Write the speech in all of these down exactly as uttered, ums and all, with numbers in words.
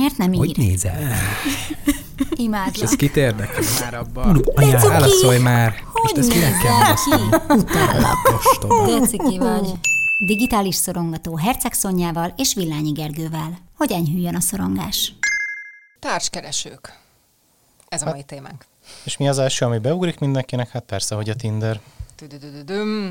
miért nem ír? Hogy nézel? Imádlak. És ez kit érdekel már abban? De cuki! Válaszolj már! Hogy Most ezt kinek kell válaszolni? Utállak. Ostoba. De ciki vagy. Digitális szorongató Herceg Szonyával és Villányi Gergővel. Hogy enyhüljön a szorongás? Társkeresők. Ez a mai témánk. És mi az első, ami beugrik mindenkinek? Hát persze, hogy a Tinder. Tüdüdüdüdüm.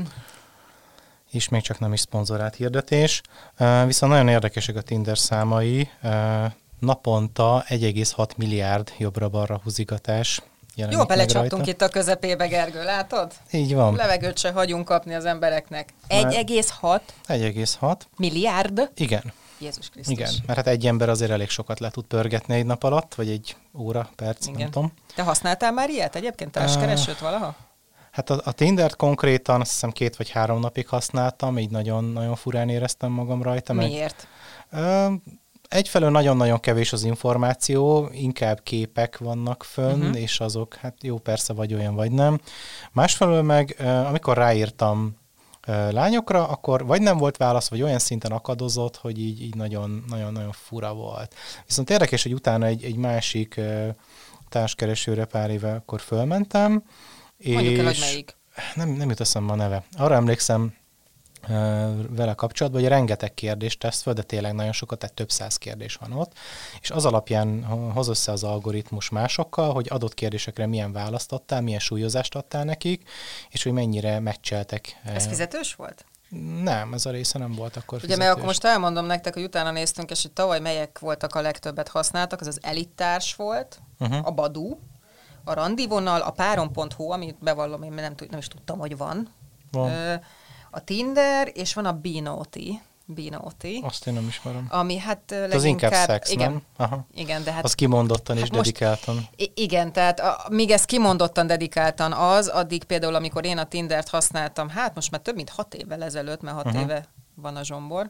És még csak nem is szponzorált hirdetés. Uh, viszont nagyon érdekesek a Tinder számai. Uh, naponta egy egész hat milliárd jobbra-balra húzigatás jelenik Jó, meg belecsaptunk rajta. itt a közepébe, Gergő, látod? Így van. Levegőt se hagyunk kapni az embereknek. egy egész hat egy egész hat. milliárd? Igen. Jézus Krisztus. Igen, mert hát egy ember azért elég sokat le tud pörgetni egy nap alatt, vagy egy óra, perc, Igen. nem tudom. Te használtál már ilyet egyébként, társkeresőt valaha? Hát a, a Tindert konkrétan azt hiszem két vagy három napig használtam, így nagyon, nagyon furán éreztem magam rajta. Miért? Meg, ö, egyfelől nagyon-nagyon kevés az információ, inkább képek vannak fönn, uh-huh. és azok, hát jó, persze, vagy olyan, vagy nem. Másfelől meg, ö, amikor ráírtam ö, lányokra, akkor vagy nem volt válasz, vagy olyan szinten akadozott, hogy így, így nagyon, nagyon, nagyon fura volt. Viszont érdekes, hogy utána egy, egy másik ö, társkeresőre pár éve akkor fölmentem, Mondjuk el, hogy melyik. Nem, nem jut eszembe a neve. Arra emlékszem uh, vele kapcsolatban, hogy rengeteg kérdést tesz föl, de tényleg nagyon sokat, tehát több száz kérdés van ott, és az alapján hoz össze az algoritmus másokkal, hogy adott kérdésekre milyen választ adtál, milyen súlyozást adtál nekik, és hogy mennyire meccseltek. Ez fizetős volt? Nem, ez a része nem volt akkor Ugye, fizetős. mert akkor most elmondom nektek, hogy utána néztünk, és hogy tavaly melyek voltak a legtöbbet használtak, az az Elittárs volt, uh-huh. a Badoo, a Randivonal, a páron pont hu, amit bevallom, én nem, nem is tudtam, hogy van. van. A Tinder, és van a Binoti. Binoti. Azt én nem ismerem. Ami hát leginkább... Az inkább szex, igen, nem? Aha. Igen, de hát... Az kimondottan és hát most, dedikáltan. Igen, tehát a, míg ez kimondottan dedikáltan az, addig például, amikor én a Tindert használtam, hát most már több mint hat évvel ezelőtt, mert hat uh-huh. éve van a zsombor,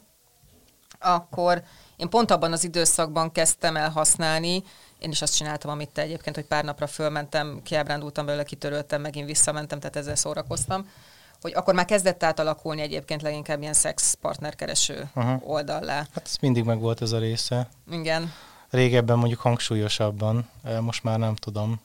akkor én pont abban az időszakban kezdtem el használni. Én is azt csináltam, amit te egyébként, hogy pár napra fölmentem, kiábrándultam belőle, kitöröltem, megint visszamentem, tehát ezzel szórakoztam, hogy akkor már kezdett átalakulni egyébként leginkább ilyen szex partnerkereső uh-huh. oldallá. Hát ez mindig meg volt ez a része. Igen. Régebben mondjuk hangsúlyosabban, most már nem tudom.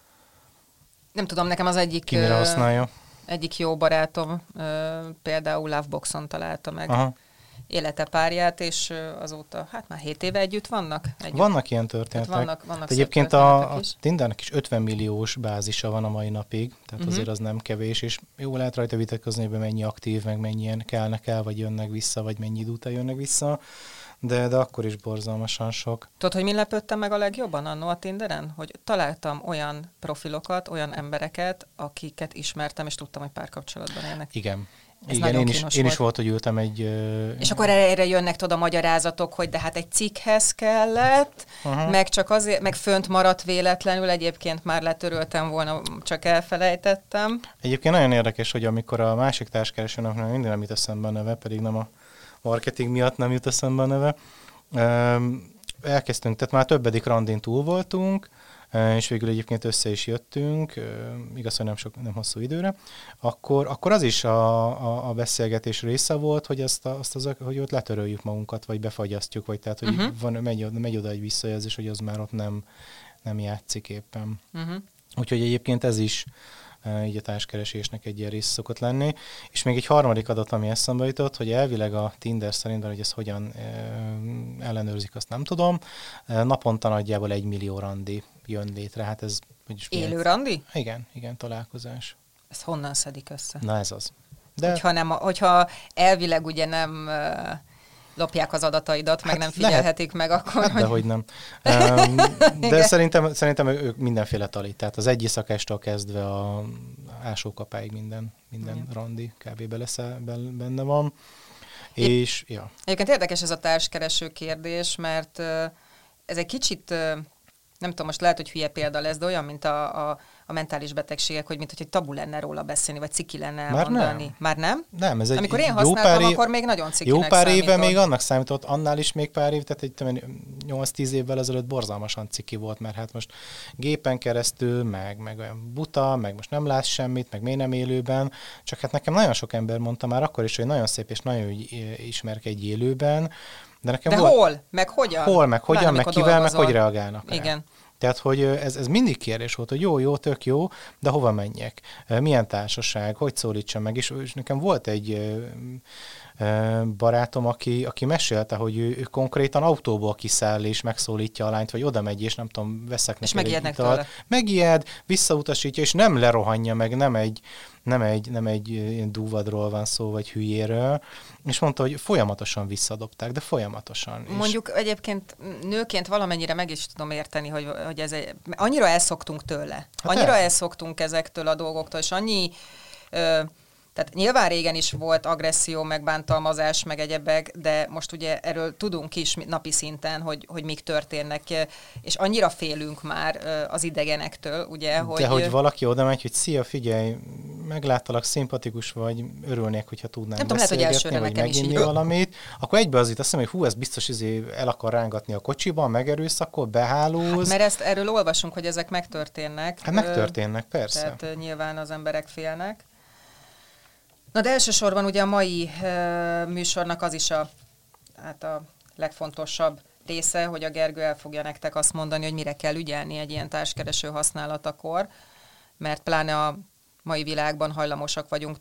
Nem tudom, nekem az egyik... Ki mire használja? Egyik jó barátom például Loveboxon találta meg. Aha. Élete párját, és azóta, hát már hét éve együtt vannak. Együtt. Vannak ilyen történetek. Vannak, vannak egyébként a, a Tindernek is ötven milliós bázisa van a mai napig, tehát uh-huh. azért az nem kevés, és jó lehet rajta vitatkozni, hogy mennyi aktív, meg mennyien kelnek el, vagy jönnek vissza, vagy mennyi idő után jönnek vissza, de, de akkor is borzalmasan sok. Tudod, hogy mi lepődtem meg a legjobban annó a Tinderen? Hogy találtam olyan profilokat, olyan embereket, akiket ismertem, és tudtam, hogy párkapcsolatban élnek. Igen. Ez Igen, én is, én volt. is volt, hogy ültem egy... Uh, és akkor erre jönnek tudod a magyarázatok, hogy de hát egy cikkhez kellett, uh-huh. meg csak azért, meg fönt maradt véletlenül, egyébként már letöröltem volna, csak elfelejtettem. Egyébként nagyon érdekes, hogy amikor a másik társkeresőnek mindig nem jut eszembe a neve, pedig nem a marketing miatt nem jut eszembe a neve. Um, elkezdtünk, tehát már többedik randin túl voltunk, és végül egyébként össze is jöttünk, igaz, hogy nem, sok, nem hosszú időre, akkor, akkor az is a, a, a beszélgetés része volt, hogy, azt a, azt az, hogy ott letöröljük magunkat, vagy befagyasztjuk, vagy tehát, hogy uh-huh. van, megy, megy oda egy visszajelzés, hogy az már ott nem, nem játszik éppen. Uh-huh. Úgyhogy egyébként ez is így a társkeresésnek egy ilyen rész szokott lenni. És még egy harmadik adat, ami eszembe jutott, hogy elvileg a Tinder szerint, hogy ez hogyan ellenőrzik, azt nem tudom. Naponta nagyjából egy millió randi jön létre. Hát ez, élő milyen... randi? Igen, igen, találkozás. Ezt honnan szedik össze? Na ez az. De... Hogyha, nem, hogyha elvileg ugye nem... lopják az adataidat, meg hát nem figyelhetik lehet. meg akkor, hát hogy... Dehogy nem. Um, de szerintem, szerintem ők mindenféle talit. Tehát az egyiszakástól kezdve a ásókapáig minden, minden ja. randi kb. Bele, benne van. É, és, ja. Egyébként érdekes ez a társkereső kérdés, mert ez egy kicsit, nem tudom, most lehet, hogy hülye példa lesz, de olyan, mint a, a, a mentális betegségek, hogy mint hogy tabu lenne róla beszélni, vagy ciki lenne elmondani. Már nem. Már nem? Nem, ez egy Amikor én jó használtam, pár év, akkor még nagyon cikinek Jó pár számított. éve még annak számított, annál is még pár év, tehát egy nyolc-tíz évvel ezelőtt borzalmasan ciki volt, mert hát most gépen keresztül, meg, meg olyan buta, meg most nem látsz semmit, meg még nem élőben, csak hát nekem nagyon sok ember mondta már akkor is, hogy nagyon szép és nagyon ismerkedj élőben, De, nekem De volt, hol? Meg hogyan? Hol, meg hogyan, Pláne, meg mikor kivel, dolgozol. meg hogy reagálnak rá. Igen. Tehát, hogy ez, ez mindig kérdés volt, hogy jó, jó, tök jó, de hova menjek? Milyen társaság? Hogy szólítsam meg? És, és nekem volt egy barátom, aki, aki mesélte, hogy ő, ő konkrétan autóból kiszáll és megszólítja a lányt, vagy oda megy, és nem tudom, veszek neki egy megijednek italt. tőle. Megijed, visszautasítja, és nem lerohanja meg, nem egy, nem egy, nem egy ilyen dúvadról van szó, vagy hülyéről, és mondta, hogy folyamatosan visszadobták, de folyamatosan. Mondjuk és... egyébként nőként valamennyire meg is tudom érteni, hogy, hogy ez egy, annyira elszoktunk tőle. Hát annyira el. elszoktunk ezektől a dolgoktól, és annyi... Ö, Tehát nyilván régen is volt agresszió, meg bántalmazás, meg egyebek, de most ugye erről tudunk is napi szinten, hogy, hogy mik történnek, és annyira félünk már az idegenektől, ugye, hogy... De hogy valaki oda megy, hogy szia, figyelj, megláttalak, szimpatikus vagy, örülnék, hogyha tudnám nem tudom, beszélgetni, vagy meginni valamit, akkor egyből az itt azt mondom, hogy hú, ez biztos izé el akar rángatni a kocsiban, megerőszakol, behálóz. Hát, mert ezt erről olvasunk, hogy ezek megtörténnek. Hát megtörténnek, persze. Tehát nyilván az emberek félnek. Na de elsősorban ugye a mai uh, műsornak az is a, hát a legfontosabb része, hogy a Gergő el fogja nektek azt mondani, hogy mire kell ügyelni egy ilyen társkereső használatakor, mert pláne a mai világban hajlamosak vagyunk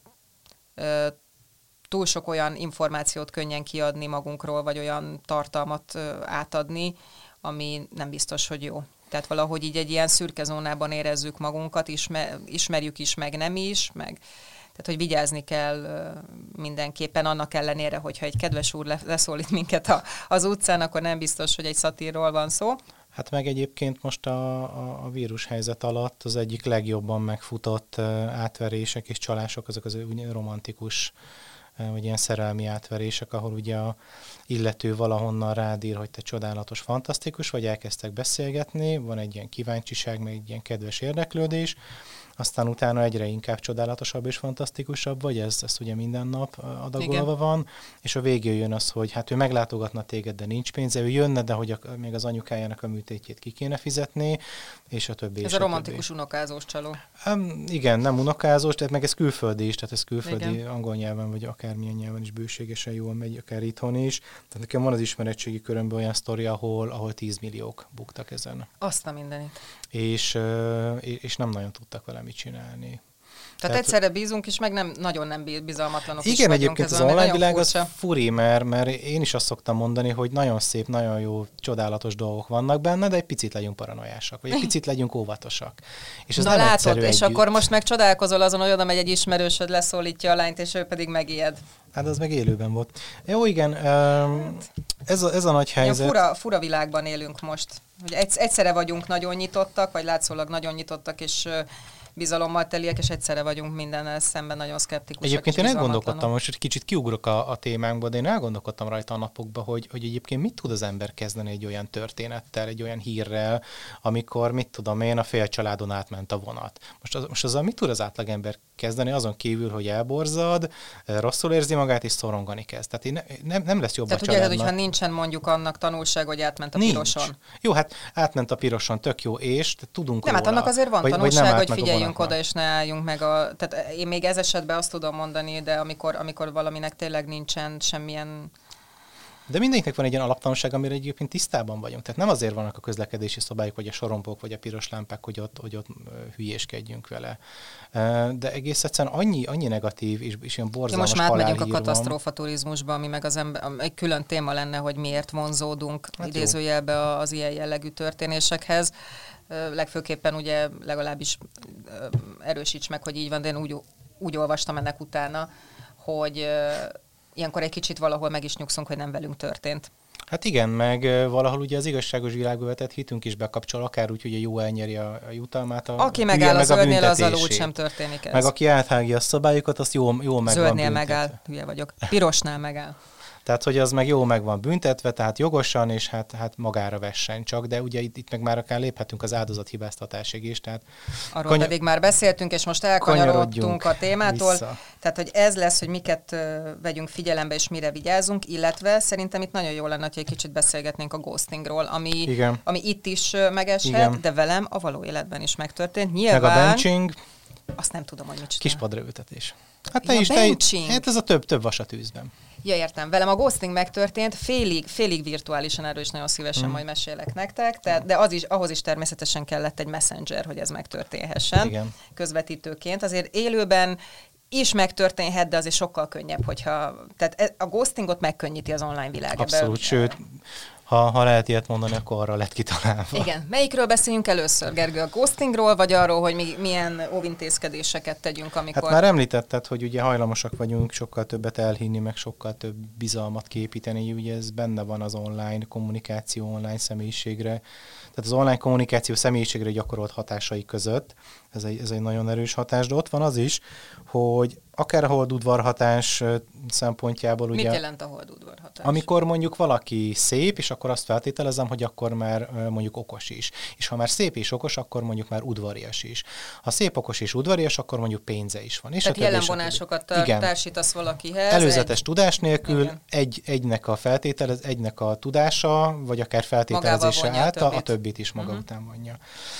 uh, túl sok olyan információt könnyen kiadni magunkról, vagy olyan tartalmat uh, átadni, ami nem biztos, hogy jó. Tehát valahogy így egy ilyen szürke zónában érezzük magunkat, ismer, ismerjük is, meg nem is, meg... Tehát, hogy vigyázni kell mindenképpen annak ellenére, hogyha egy kedves úr leszólít minket a, az utcán, akkor nem biztos, hogy egy szatírról van szó. Hát meg egyébként most a, a, a vírushelyzet alatt az egyik legjobban megfutott átverések és csalások, azok az romantikus, vagy ilyen szerelmi átverések, ahol ugye a illető valahonnan rád ír, hogy te csodálatos, fantasztikus, vagy elkezdtek beszélgetni, van egy ilyen kíváncsiság, meg egy ilyen kedves érdeklődés, aztán utána egyre inkább csodálatosabb és fantasztikusabb vagy, ez, ez ugye minden nap adagolva Igen. van, és a végén jön az, hogy hát ő meglátogatna téged, de nincs pénze, ő jönne, de hogy a, még az anyukájának a műtétjét ki kéne fizetni, és a többi. Ez a romantikus többi. Unokázós csaló. Um, igen, nem unokázós, tehát meg ez külföldi is, tehát ez külföldi igen. angol nyelven, vagy akármilyen nyelven is bőségesen jól megy, akár itthon is. Tehát nekem van az ismeretségi körömben olyan sztori, ahol, ahol tízmilliók buktak ezen. Azt a mindenit. És, és nem nagyon tudtak vele mit csinálni. Tehát, Tehát egyszerre bízunk is, meg nem, nagyon nem bizalmatlanok igen, is vagyunk. Igen, egyébként az online világ az furi, mert, mert én is azt szoktam mondani, hogy nagyon szép, nagyon jó, csodálatos dolgok vannak benne, de egy picit legyünk paranoiásak, vagy egy picit legyünk óvatosak. És ez Na nem látod, egyszerű és együtt. akkor most meg csodálkozol azon, hogy oda megy egy ismerősöd, leszólítja a lányt, és ő pedig megijed. Hát az meg élőben volt. Jó, igen, ez a, ez a nagy helyzet. Fura, fura világban élünk most. Hogy egyszerre vagyunk nagyon nyitottak, vagy látszólag nagyon nyitottak, és bizalommal teliek, és egyszerre vagyunk mindennel szemben nagyon szkeptikusak. Egyébként én elgondolkodtam, most kicsit kiugrok a, a témánkba, de én elgondolkodtam rajta a napokban, hogy, hogy egyébként mit tud az ember kezdeni egy olyan történettel, egy olyan hírrel, amikor, mit tudom én, a fél családon átment a vonat. Most, az, most azzal mit tud az átlagember kezdeni, azon kívül, hogy elborzad, rosszul érzi magát, és szorongani kezd. Tehát én ne, nem, nem lesz jobb Tehát a családnak. Tehát ugye, hogyha nincsen mondjuk annak tanulság, hogy átment a Nincs. piroson. Jó, hát átment a piroson, tök jó, és tudunk nem, róla. hát annak azért van vagy, tanulság, vagy hogy figyeljünk oda, és ne álljunk meg a... Tehát én még ez esetben azt tudom mondani, de amikor, amikor valaminek tényleg nincsen semmilyen... De mindenkinek van egy ilyen alaptanulság, amire egyébként tisztában vagyunk. Tehát nem azért vannak a közlekedési szabályok, vagy a sorompók, vagy a piros lámpák, hogy ott, hogy ott hülyéskedjünk vele. De egész egyszerűen annyi, annyi negatív és, és ilyen borzalmas halálhír van. Most már megyünk a katasztrófaturizmusba, ami meg az ember, egy külön téma lenne, hogy miért vonzódunk hát idézőjelbe az ilyen jellegű történésekhez. Legfőképpen ugye legalábbis erősíts meg, hogy így van, de én úgy, úgy olvastam ennek utána, hogy ilyenkor egy kicsit valahol meg is nyugszunk, hogy nem velünk történt. Hát igen, meg valahol ugye az igazságos világba vetett hitünk is bekapcsol, akár úgy, hogy a jó elnyeri a, a jutalmát. A aki megáll a zöldnél, azzal úgy sem történik ez. Meg aki áthágja a szabályokat, azt jól, jól meg zöldnél van megáll, hülye vagyok. Pirosnál megáll. Tehát, hogy az meg jó meg van büntetve, tehát jogosan, és hát, hát magára vessen csak, de ugye itt, itt meg már akár léphetünk az áldozathibáztatásig is. Tehát arról kony- pedig már beszéltünk, és most elkanyarodtunk a témától. Vissza. Tehát, hogy ez lesz, hogy miket uh, vegyünk figyelembe, és mire vigyázunk, illetve szerintem itt nagyon jó lenne, hogy egy kicsit beszélgetnénk a ghostingról, ami, ami itt is uh, megeshet, Igen. de velem a való életben is megtörtént. Nyilván, meg a benching. Azt nem tudom, hogy mit csinál. Kispadra ültetés. Hát te ja, is, te, hát ez a több, több vas a tűzben. Ja, értem. Velem a ghosting megtörtént, félig, félig virtuálisan, erről is nagyon szívesen hmm. majd mesélek nektek, tehát, de az is, ahhoz is természetesen kellett egy messenger, hogy ez megtörténhessen. Igen. Közvetítőként. Azért élőben is megtörténhet, de azért sokkal könnyebb, hogyha... Tehát a ghostingot megkönnyíti az online világ. Abszolút, ebben, sőt, ha, ha lehet ilyet mondani, akkor arra lett kitalálva. Igen. Melyikről beszéljünk először, Gergő? A ghostingról, vagy arról, hogy mi, milyen óvintézkedéseket tegyünk, amikor... Hát már említetted, hogy ugye hajlamosak vagyunk sokkal többet elhinni, meg sokkal több bizalmat képíteni, ugye ez benne van az online kommunikáció, online személyiségre. Tehát az online kommunikáció személyiségre gyakorolt hatásai között, ez egy, ez egy nagyon erős hatás, de ott van az is, hogy akár a holdudvarhatás szempontjából... Mit ugye, jelent a holdudvarhatás? Amikor mondjuk valaki szép, és akkor azt feltételezem, hogy akkor már mondjuk okos is. És ha már szép és okos, akkor mondjuk már udvarias is. Ha szép, okos és udvarias, akkor mondjuk pénze is van. És tehát jellemvonásokat társítasz valakihez. Előzetes egy... tudás nélkül Igen. egy, egynek a feltételez, egynek a tudása, vagy akár feltételezése által a többit. a többit is maga uh-huh. után vonja.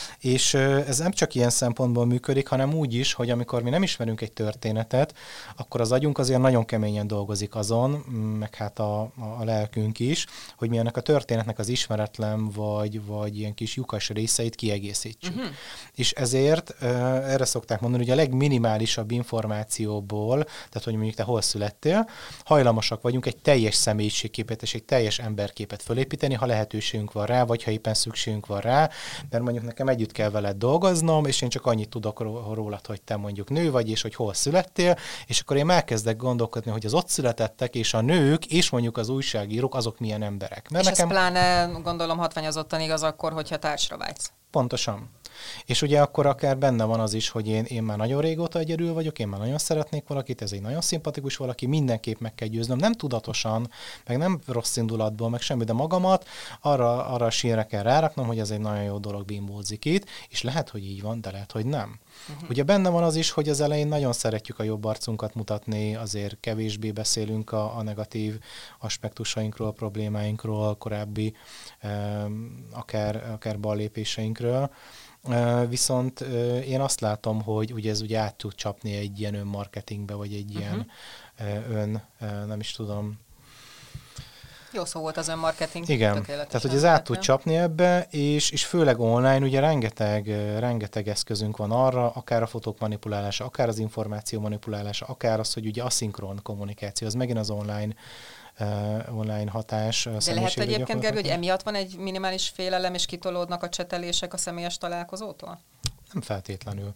És ez nem csak ilyen szempontból működik, hanem úgy is, hogy amikor mi nem ismerünk egy történetet, akkor az agyunk azért nagyon keményen dolgozik azon, meg hát a, a lelkünk is, hogy mi ennek a történetnek az ismeretlen, vagy, vagy ilyen kis lyukas részeit kiegészítsük. Uh-huh. És ezért uh, erre szokták mondani, hogy a legminimálisabb információból, tehát hogy mondjuk te hol születtél, hajlamosak vagyunk egy teljes személyiségképet és egy teljes emberképet fölépíteni, ha lehetőségünk van rá, vagy ha éppen szükségünk van rá, mert mondjuk nekem együtt kell veled dolgoznom, és én csak annyit tudok rólad, hogy te mondjuk nő vagy, és hogy hol születtél, és akkor én elkezdek gondolkodni, hogy az ott születettek, és a nők, és mondjuk az újságírók, azok milyen emberek. Mert és nekem... ez pláne, gondolom, hatványozottan igaz akkor, hogyha társra vágysz. Pontosan. És ugye akkor akár benne van az is, hogy én, én már nagyon régóta egyedül vagyok, én már nagyon szeretnék valakit, ez egy nagyon szimpatikus valaki, mindenképp meg kell győznöm, nem tudatosan, meg nem rossz indulatból, meg semmi, de magamat arra, arra a sínre kell ráraknom, hogy ez egy nagyon jó dolog bimbózik itt, és lehet, hogy így van, de lehet, hogy nem. Uh-huh. Ugye benne van az is, hogy az elején nagyon szeretjük a jobb arcunkat mutatni, azért kevésbé beszélünk a, a negatív aspektusainkról, problémáinkról, korábbi um, akár, akár ballépéseinkről. Uh, viszont uh, én azt látom, hogy ugye ez ugye át tud csapni egy ilyen önmarketingbe, vagy egy uh-huh. ilyen uh, ön, uh, nem is tudom. Jó szó volt az önmarketing. Igen, tehát hogy ez át tud csapni ebbe, és, és főleg online ugye rengeteg, rengeteg eszközünk van arra, akár a fotók manipulálása, akár az információ manipulálása, akár az, hogy ugye aszinkron kommunikáció, az megint az online Uh, online hatás. De lehet egyébként, Gergő, hogy emiatt van egy minimális félelem, és kitolódnak a csetelések a személyes találkozótól? Nem feltétlenül.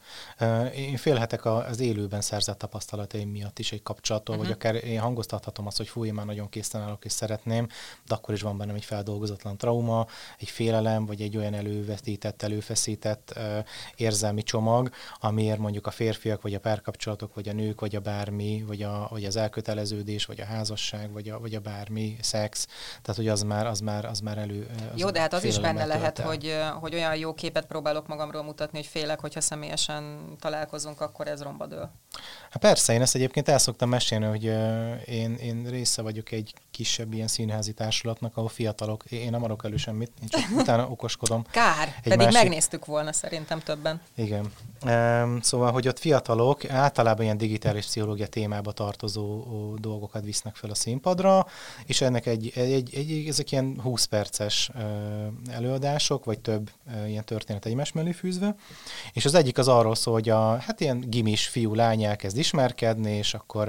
Én félhetek az élőben szerzett tapasztalataim miatt is egy kapcsolattól, uh-huh. vagy akár én hangoztathatom azt, hogy fú, én már nagyon készen állok és szeretném, de akkor is van bennem egy feldolgozatlan trauma, egy félelem, vagy egy olyan elővetített, előfeszített uh, érzelmi csomag, amiért mondjuk a férfiak, vagy a párkapcsolatok, vagy a nők, vagy a bármi, vagy, a, vagy az elköteleződés, vagy a házasság, vagy a, vagy a bármi, szex, tehát hogy az már, az már, az már elő... Az jó, de hát az is benne lehet, hogy, hogy olyan jó képet próbálok magamról mutatni, hogy félek, hogyha személyesen találkozunk, akkor ez romba dől. Hát persze, én ezt egyébként el szoktam mesélni, hogy uh, én, én része vagyok egy kisebb ilyen színházi társulatnak, ahol fiatalok, én nem adok elő semmit, én csak utána okoskodom. Kár, egy pedig másik... megnéztük volna szerintem többen. Igen. Um, szóval, hogy ott fiatalok általában ilyen digitális pszichológia témába tartozó ó, dolgokat visznek fel a színpadra, és ennek egy, egy, egy, ezek ilyen húsz perces uh, előadások, vagy több uh, ilyen történet egymás mellé fűzve, és az egyik az arról szól, hogy a hát ilyen gimis fiú-lány elkezd ismerkedni, és akkor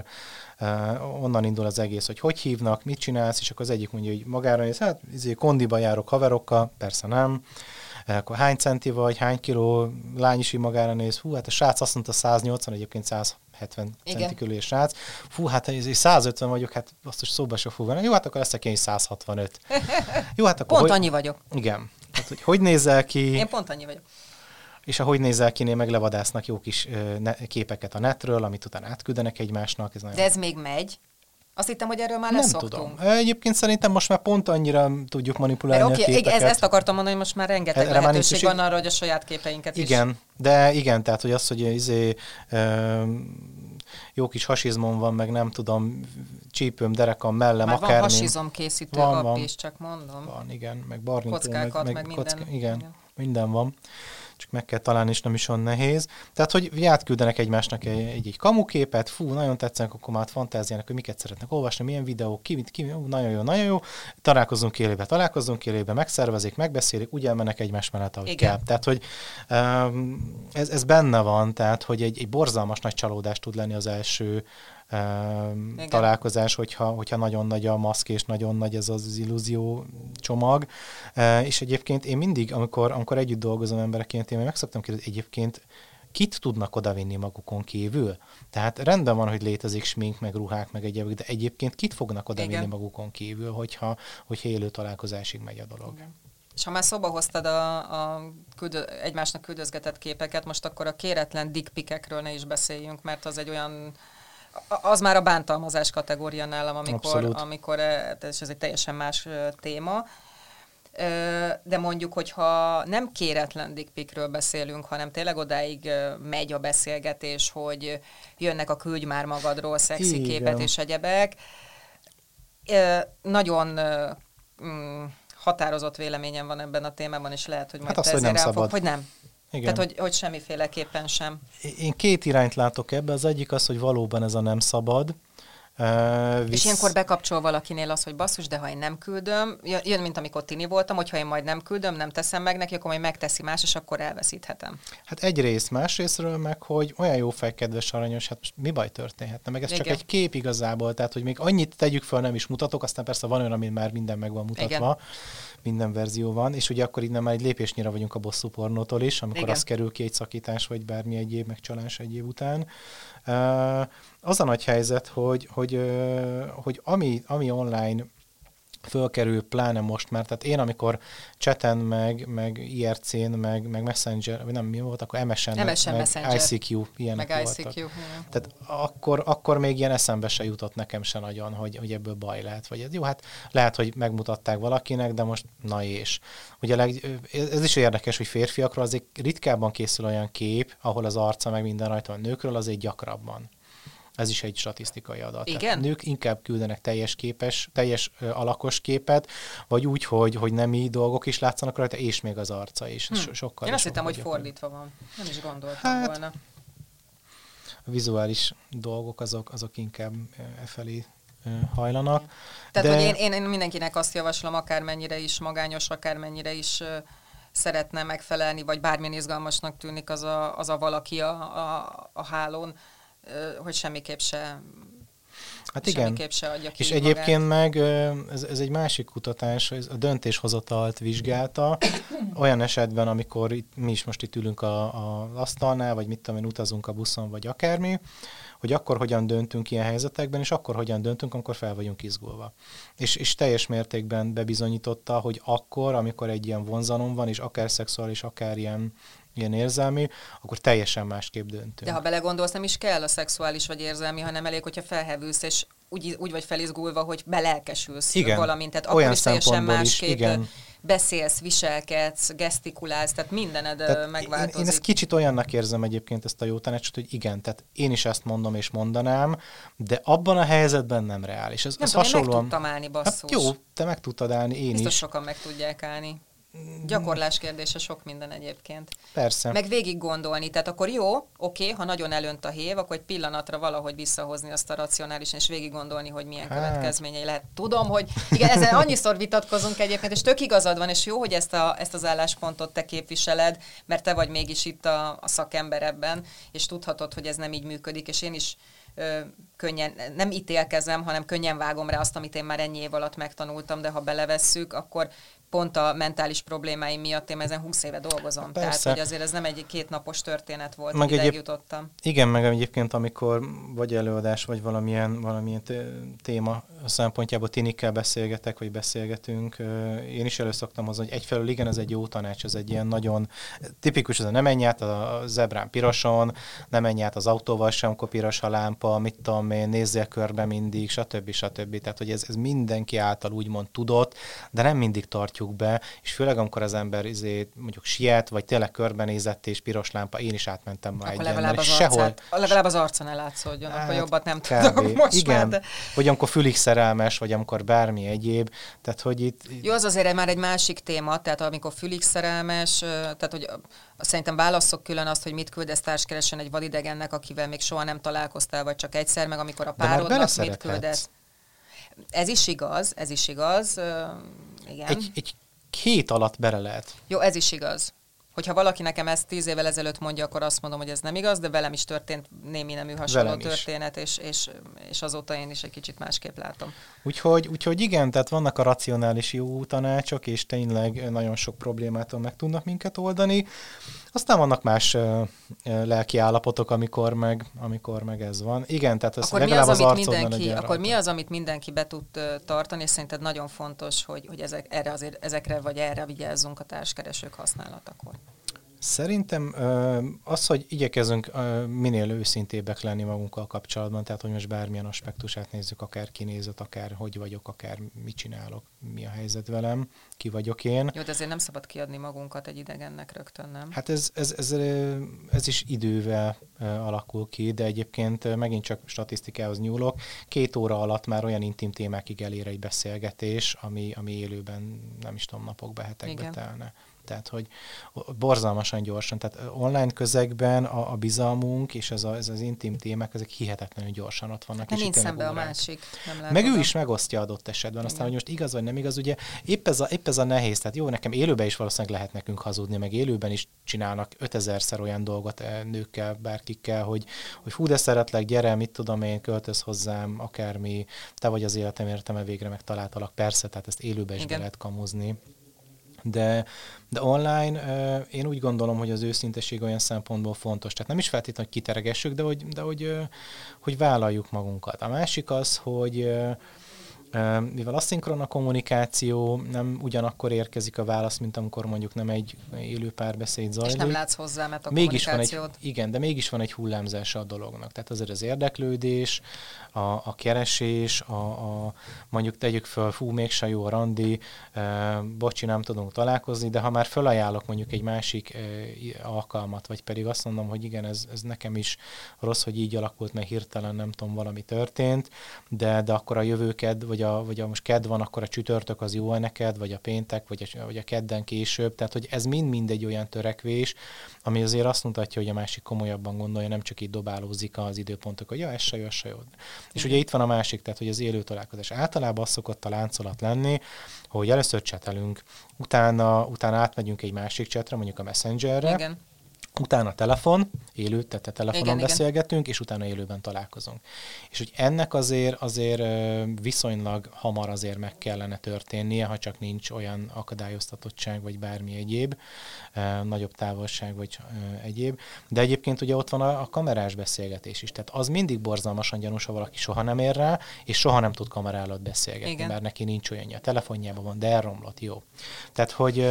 uh, onnan indul az egész, hogy hogy hívnak, mit csinálsz, és akkor az egyik mondja, hogy magára néz, hát izé, kondiba járok haverokkal, persze nem, akkor hány centi vagy, hány kiló, lány is így magára néz, hú, hát a srác azt mondta száznyolcvan, egyébként száz hetven centi körül és srác, fú, hát száz ötven vagyok, hát azt is szóba se fog venni, jó, hát akkor leszek én száz hatvanöt. Jó, hát akkor pont hogy... annyi vagyok. Igen. Hát, hogy, hogy nézel ki? Én pont annyi vagyok. És ahogy nézel ki, meg levadásznak jó kis uh, ne- képeket a netről, amit utána átküldenek egymásnak. Ez nagyon... De ez még megy? Azt hittem, hogy erről már nem leszoktunk. tudom. Egyébként szerintem most már pont annyira tudjuk manipulálni okay, a képeket. Ez, ezt akartam mondani, hogy most már rengeteg Erre lehetőség van arra, hogy a saját képeinket igen, is. de igen, tehát hogy az, hogy izé, um, jó kis hasizmom van, meg nem tudom, csípőm, derekam, mellem, már akármi. Van hasizom készítő app is, csak mondom. Van, igen, meg barnitó, kockákat, meg, meg, meg minden. Kocka, igen, igen, minden van. csak meg kell találni, és nem is olyan nehéz. Tehát, hogy átküldenek egymásnak egy, egy, egy kamuképet, fú, nagyon tetszenek, akkor már fantáziának, hogy miket szeretnek olvasni, milyen videók, ki, ki, ú, nagyon jó, nagyon jó, találkozunk élőbe, találkozunk élőbe, megszervezik, megbeszélik, úgy elmennek egymás mellett, ahogy Igen. kell. Tehát, hogy um, ez, ez benne van, tehát, hogy egy, egy borzalmas nagy csalódás tud lenni az első um, találkozás, hogyha, hogyha nagyon nagy a maszk, és nagyon nagy ez az illúzió csomag. Uh, és egyébként én mindig, amikor, amikor együtt dolgozom embereként, én meg szoktam kérdezni, egyébként kit tudnak odavinni magukon kívül? Tehát rendben van, hogy létezik smink, meg ruhák, meg egyébként, de egyébként kit fognak odavinni Igen. magukon kívül, hogyha, hogyha élő találkozásig megy a dolog? Igen. És ha már szóba hoztad a, a küldö, egymásnak küldözgetett képeket, most akkor a kéretlen dickpikekről ne is beszéljünk, mert az egy olyan, az már a bántalmazás kategória nálam, amikor, amikor és ez egy teljesen más téma. De mondjuk, hogyha nem kéretlen dickpikről beszélünk, hanem tényleg odáig megy a beszélgetés, hogy jönnek a küldj már magadról szexi Igen. képet és egyebek. Nagyon határozott véleményem van ebben a témában, és lehet, hogy majd hát te azt, ezért hogy elfog, hogy nem. Igen. Tehát, hogy, hogy semmiféleképpen sem. Én két irányt látok ebbe. Az egyik az, hogy valóban ez a nem szabad. Uh, visz... És ilyenkor bekapcsol valakinél az, hogy basszus, de ha én nem küldöm, jön, mint amikor tini voltam, hogyha én majd nem küldöm, nem teszem meg neki, akkor majd megteszi más, és akkor elveszíthetem. Hát egyrészt, másrésztről meg, hogy olyan jó fej, kedves, aranyos, hát most mi baj történhetne? Meg ez Igen. csak egy kép igazából, tehát hogy még annyit tegyük föl, nem is mutatok, aztán persze van olyan, amin már minden meg van mutatva. Igen. Minden verzió van, és ugye akkor innen már egy lépésnyire vagyunk a bosszú pornótól is, amikor Igen. az kerül ki egy szakítás, vagy bármi egyéb, meg csalás egy év után. Uh, az a nagy helyzet, hogy, hogy, uh, hogy ami, ami online fölkerül, pláne most már, tehát én amikor chaten, meg, meg i er cén, meg, meg Messenger, vagy nem mi volt, akkor em es en, em es en meg Messenger. i cé kú, ilyenek meg voltak. i cé kú, tehát akkor, akkor még ilyen eszembe se jutott nekem se nagyon, hogy, hogy ebből baj lehet. Vagy ez jó, hát lehet, hogy megmutatták valakinek, de most na és. Ugye leg, ez is érdekes, hogy férfiakról azért ritkábban készül olyan kép, ahol az arca meg minden rajta van, nőkről azért gyakrabban. Ez is egy statisztikai adat. Igen? Tehát nők inkább küldenek teljes képes, teljes ö, alakos képet, vagy úgy, hogy, hogy nemi dolgok is látszanak rajta, és még az arca is. Hm. Sokkal Én azt hittem, hogy gyakor. fordítva van. Nem is gondoltam hát, volna. A vizuális dolgok azok, azok inkább e felé hajlanak. Tehát, de... hogy én, én mindenkinek azt javaslom, akármennyire is magányos, akármennyire is uh, szeretne megfelelni, vagy bármilyen izgalmasnak tűnik az a, az a valaki a, a, a hálón, hogy semmiképp se, hát igen. semmiképp se adja ki És magát. egyébként meg ez, ez egy másik kutatás, ez a döntéshozatalt vizsgálta, olyan esetben, amikor itt, mi is most itt ülünk a, a asztalnál, vagy mit tudom én, utazunk a buszon, vagy akármi, hogy akkor hogyan döntünk ilyen helyzetekben, és akkor hogyan döntünk, amikor fel vagyunk izgulva. És, és teljes mértékben bebizonyította, hogy akkor, amikor egy ilyen vonzalom van, és akár szexuális, akár ilyen ilyen érzelmi, akkor teljesen másképp döntünk. De ha belegondolsz, nem is kell a szexuális vagy érzelmi, hanem elég, hogyha felhevülsz, és úgy, úgy vagy felizgulva, hogy belelkesülsz igen. valamint. Tehát olyan akkor is teljesen másképp is, igen. beszélsz, viselkedsz, gesztikulálsz, tehát mindened tehát megváltozik. Én, én ezt kicsit olyannak érzem egyébként ezt a jó tanácsot, hogy igen, tehát én is ezt mondom és mondanám, de abban a helyzetben nem reális. Ez, nem ez tudom, hasonlóan... én meg tudtam állni, basszus. Hát jó, te meg tudtad állni, én Biztos is. sokan meg tudják állni. Gyakorlás kérdése sok minden egyébként. Persze. Meg végig gondolni. Tehát akkor jó, oké, ha nagyon elönt a hév, akkor egy pillanatra valahogy visszahozni azt a racionálisan, és végig gondolni, hogy milyen hát. következményei lehet. Tudom, hogy igen, ezen annyiszor vitatkozunk egyébként, és tök igazad van, és jó, hogy ezt, a, ezt az álláspontot te képviseled, mert te vagy mégis itt a, a szakember ebben, és tudhatod, hogy ez nem így működik, és én is ö, könnyen, nem ítélkezem, hanem könnyen vágom rá azt, amit én már ennyi év alatt megtanultam, de ha belevesszük, akkor pont a mentális problémáim miatt én ezen húsz éve dolgozom. Persze. Tehát, hogy azért ez nem egy kétnapos történet volt, meg hogy egyéb... jutottam. Igen, meg egyébként, amikor vagy előadás, vagy valamilyen, valamilyen téma szempontjából tinikkel beszélgetek, vagy beszélgetünk, én is elő szoktam hozni, hogy egyfelől igen, ez egy jó tanács, ez egy ilyen nagyon tipikus, ez a nem menj át a zebrán piroson, nem menj át az autóval sem, akkor piros a lámpa, mit tudom én, nézzél körbe mindig, stb. stb. Tehát, hogy ez, ez mindenki által úgymond tudott, de nem mindig tartjuk mutatjuk be, és főleg amikor az ember izé, mondjuk siet, vagy tényleg körbenézett és piros lámpa, én is átmentem ma akkor egy legalább az, sehol... arcát, legalább az arcon elátszódjon, hát, akkor jobbat nem kb. tudok most igen. már. De... Vagy amikor fülig szerelmes, vagy amikor bármi egyéb, tehát hogy itt... Jó, az azért már egy másik téma, tehát amikor fülig szerelmes, tehát hogy szerintem válasszok külön azt, hogy mit küldesz társkeresőn egy vadidegennek, akivel még soha nem találkoztál, vagy csak egyszer, meg amikor a párodnak mit küldesz. Ez is igaz, ez is igaz, uh, igen. Egy, egy hét alatt bele lehet. Jó, ez is igaz. Hogyha valaki nekem ezt tíz évvel ezelőtt mondja, akkor azt mondom, hogy ez nem igaz, de velem is történt némi nemű hasonló velem történet, és, és, és azóta én is egy kicsit másképp látom. Úgyhogy, úgyhogy igen, tehát vannak a racionális jó tanácsok, és tényleg nagyon sok problémától meg tudnak minket oldani. Aztán vannak más uh, lelki állapotok, amikor meg, amikor meg ez van. Igen, tehát ez legalább az, az arcodban mindenki, Akkor mi az, amit mindenki be tud uh, tartani, és szerinted nagyon fontos, hogy, hogy ezek, erre azért, ezekre vagy erre vigyázzunk a társkeresők használatakor? Szerintem az, hogy igyekezünk minél őszintébbek lenni magunkkal kapcsolatban, tehát hogy most bármilyen aspektusát nézzük, akár kinézet, akár hogy vagyok, akár mit csinálok, mi a helyzet velem, ki vagyok én. Jó, de azért nem szabad kiadni magunkat egy idegennek rögtön, nem? Hát ez, ez, ez, ez is idővel alakul ki, de egyébként megint csak statisztikához nyúlok. Két óra alatt már olyan intim témákig elér egy beszélgetés, ami, ami élőben nem is tudom, napokba, hetekbe telne. Tehát, hogy borzalmasan gyorsan, tehát online közegben a, a bizalmunk és ez, a, ez az intim témák, ezek hihetetlenül gyorsan ott vannak. De nincs szembe a másik. Nem meg ő is megosztja adott esetben, aztán, igen. Hogy most igaz vagy nem igaz, ugye épp ez, a, épp ez a nehéz, tehát jó, nekem élőben is valószínűleg lehet nekünk hazudni, meg élőben is csinálnak ötezerszer olyan dolgot nőkkel, bárkikkel, hogy, hogy hú, de szeretlek, gyere, mit tudom én, költöz hozzám, akármi, te vagy az életem értelme, végre megtaláltalak, persze, tehát ezt élőben is igen. Be lehet kamuzni. De, de online uh, én úgy gondolom, hogy az őszintesség olyan szempontból fontos. Tehát nem is feltétlenül, hogy kiteregessük, de hogy, de hogy, uh, hogy vállaljuk magunkat. A másik az, hogy uh, uh, mivel aszinkron a kommunikáció, nem ugyanakkor érkezik a válasz, mint amikor mondjuk nem egy élő párbeszéd zajlik. És nem látsz hozzá, mert a mégis kommunikációt... van egy, igen, de mégis van egy hullámzása a dolognak. Tehát azért az érdeklődés, a, a keresés, a, a, mondjuk tegyük föl, fú, mégse jó a randi, e, bocsi, nem tudunk találkozni, de ha már felajánlok mondjuk egy másik e, alkalmat, vagy pedig azt mondom, hogy igen, ez, ez nekem is rossz, hogy így alakult, mert hirtelen nem tudom, valami történt, de, de akkor a jövőked, vagy a, vagy a most kedd van, akkor a csütörtök az jó neked, vagy a péntek, vagy a, vagy a kedden később, tehát hogy ez mind-mind egy olyan törekvés, ami azért azt mutatja, hogy a másik komolyabban gondolja, nem csak így dobálózik az időpontok, hogy ja, ez se jó, ez se jó. És ugye itt van a másik, tehát hogy az élő találkozás. Általában az szokott a láncolat lenni, hogy először csetelünk, utána, utána átmegyünk egy másik csetre, mondjuk a Messengerre, igen. Utána telefon, élő, tehát a telefonon igen, beszélgetünk, igen. és utána élőben találkozunk. És hogy ennek azért, azért viszonylag hamar azért meg kellene történnie, ha csak nincs olyan akadályoztatottság, vagy bármi egyéb, nagyobb távolság, vagy egyéb. De egyébként ugye ott van a, a kamerás beszélgetés is. Tehát az mindig borzalmasan gyanús, ha valaki soha nem ér rá, és soha nem tud kamera előtt beszélgetni, igen. Mert neki nincs olyanja. A telefonjában van, de elromlott, jó. Tehát, hogy...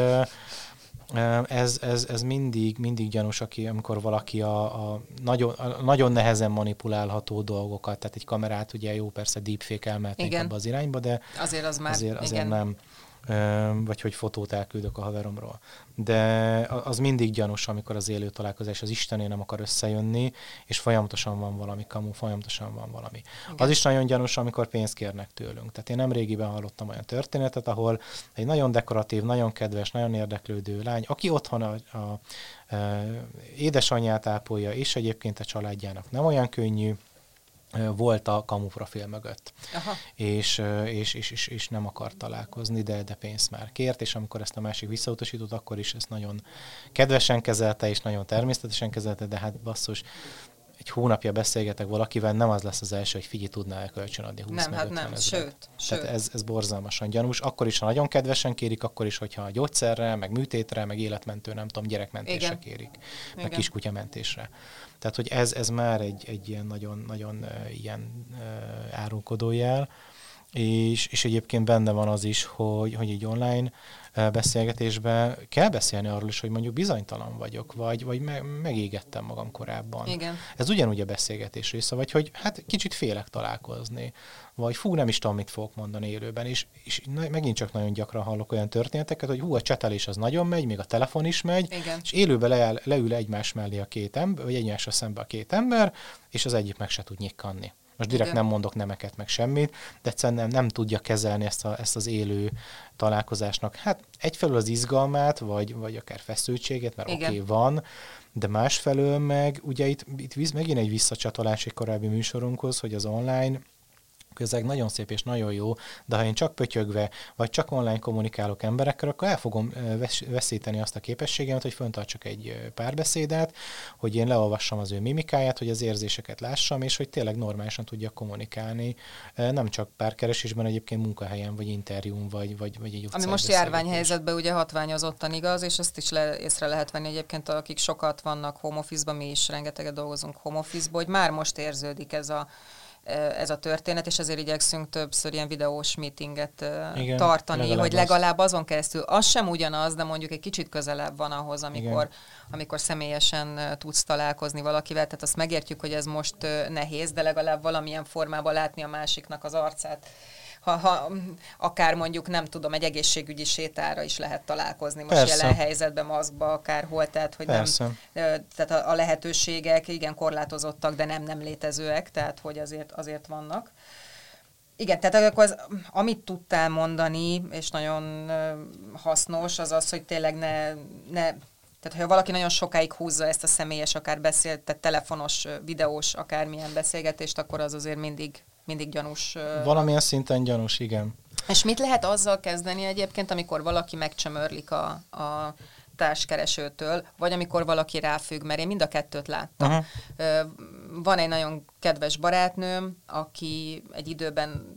Ez, ez, ez mindig, mindig gyanús, aki, amikor valaki a, a, nagyon, a nagyon nehezen manipulálható dolgokat, tehát egy kamerát ugye jó, persze deepfake elmehetnénk abba az irányba, de azért, az már, azért, azért nem, vagy hogy fotót elküldök a haveromról. De az mindig gyanús, amikor az élő találkozás az Istené nem akar összejönni, és folyamatosan van valami kamu, folyamatosan van valami. Igen. Az is nagyon gyanús, amikor pénzt kérnek tőlünk. Tehát én nemrégiben hallottam olyan történetet, ahol egy nagyon dekoratív, nagyon kedves, nagyon érdeklődő lány, aki otthon a, a, a, a édesanyját ápolja, és egyébként a családjának nem olyan könnyű, volt a kamuprofil mögött, és, és, és, és, és nem akart találkozni, de, de pénzt már kért, és amikor ezt a másik visszautasított, akkor is ezt nagyon kedvesen kezelte, és nagyon természetesen kezelte, de hát basszus, egy hónapja beszélgetek valakivel, nem az lesz az első, hogy figyelj, tudnál kölcsönadni húsz nem, meg hát ötven nem, ezret. sőt, Tehát sőt. Ez, ez borzalmasan gyanús, akkor is, ha nagyon kedvesen kérik, akkor is, hogyha gyógyszerre, meg műtétre, meg életmentő, nem tudom, gyerekmentésre igen. kérik, meg igen. kiskutyamentésre. Tehát, hogy ez, ez már egy, egy ilyen nagyon, nagyon uh, ilyen uh, árulkodó jel. és, és egyébként benne van az is, hogy, hogy így online beszélgetésben kell beszélni arról is, hogy mondjuk bizonytalan vagyok, vagy, vagy me, megégettem magam korábban. Igen. Ez ugyanúgy a beszélgetés része, vagy hogy hát kicsit félek találkozni, vagy fú, nem is tudom, mit fogok mondani élőben, és, és megint csak nagyon gyakran hallok olyan történeteket, hogy hú, a csetelés az nagyon megy, még a telefon is megy, Igen. és élőben le, leül egymás mellé a két ember, vagy egymásra szembe a két ember, és az egyik meg se tud nyikkanni. Most direkt Igen. nem mondok nemeket, meg semmit, de egyszerűen nem, nem tudja kezelni ezt, a, ezt az élő találkozásnak. Hát egyfelől az izgalmát, vagy, vagy akár feszültséget, mert oké, okay, van, de másfelől meg, ugye itt, itt visz, megint egy visszacsatolás egy korábbi műsorunkhoz, hogy az online közeg nagyon szép és nagyon jó, de ha én csak pötyögve, vagy csak online kommunikálok emberekkel, akkor el fogom veszíteni azt a képességemet, hogy föntartsak egy párbeszédet, hogy én leolvassam az ő mimikáját, hogy az érzéseket lássam, és hogy tényleg normálisan tudjak kommunikálni. Nem csak párkeresésben, egyébként munkahelyen, vagy interjún, vagy, vagy, vagy egy utcai Ami most járványhelyzetben ugye hatványozottan igaz, és azt is le, észre lehet venni egyébként, akik sokat vannak home office-ban, mi is rengeteget dolgozunk home office-ban, hogy már most érződik ez a ez a történet, és ezért igyekszünk többször ilyen videós meetinget Igen, tartani, legalább hogy legalább az. azon keresztül. Az sem ugyanaz, de mondjuk egy kicsit közelebb van ahhoz, amikor, amikor személyesen tudsz találkozni valakivel, tehát azt megértjük, hogy ez most nehéz, de legalább valamilyen formában látni a másiknak az arcát. Ha, ha akár mondjuk, nem tudom, egy egészségügyi sétára is lehet találkozni most Persze. jelen helyzetben, maszkba, akárhol, tehát hogy Persze. nem, tehát a, a lehetőségek igen korlátozottak, de nem nem létezőek, tehát hogy azért, azért vannak. Igen, tehát akkor az, amit tudtál mondani, és nagyon hasznos, az az, hogy tényleg ne, ne tehát ha valaki nagyon sokáig húzza ezt a személyes, akár beszélt, tehát telefonos, videós, akármilyen beszélgetést, akkor az azért mindig mindig gyanús. Valamilyen szinten gyanús, igen. És mit lehet azzal kezdeni egyébként, amikor valaki megcsömörlik a, a társkeresőtől, vagy amikor valaki ráfügg, mert én mind a kettőt láttam. Uh-huh. Van egy nagyon kedves barátnőm, aki egy időben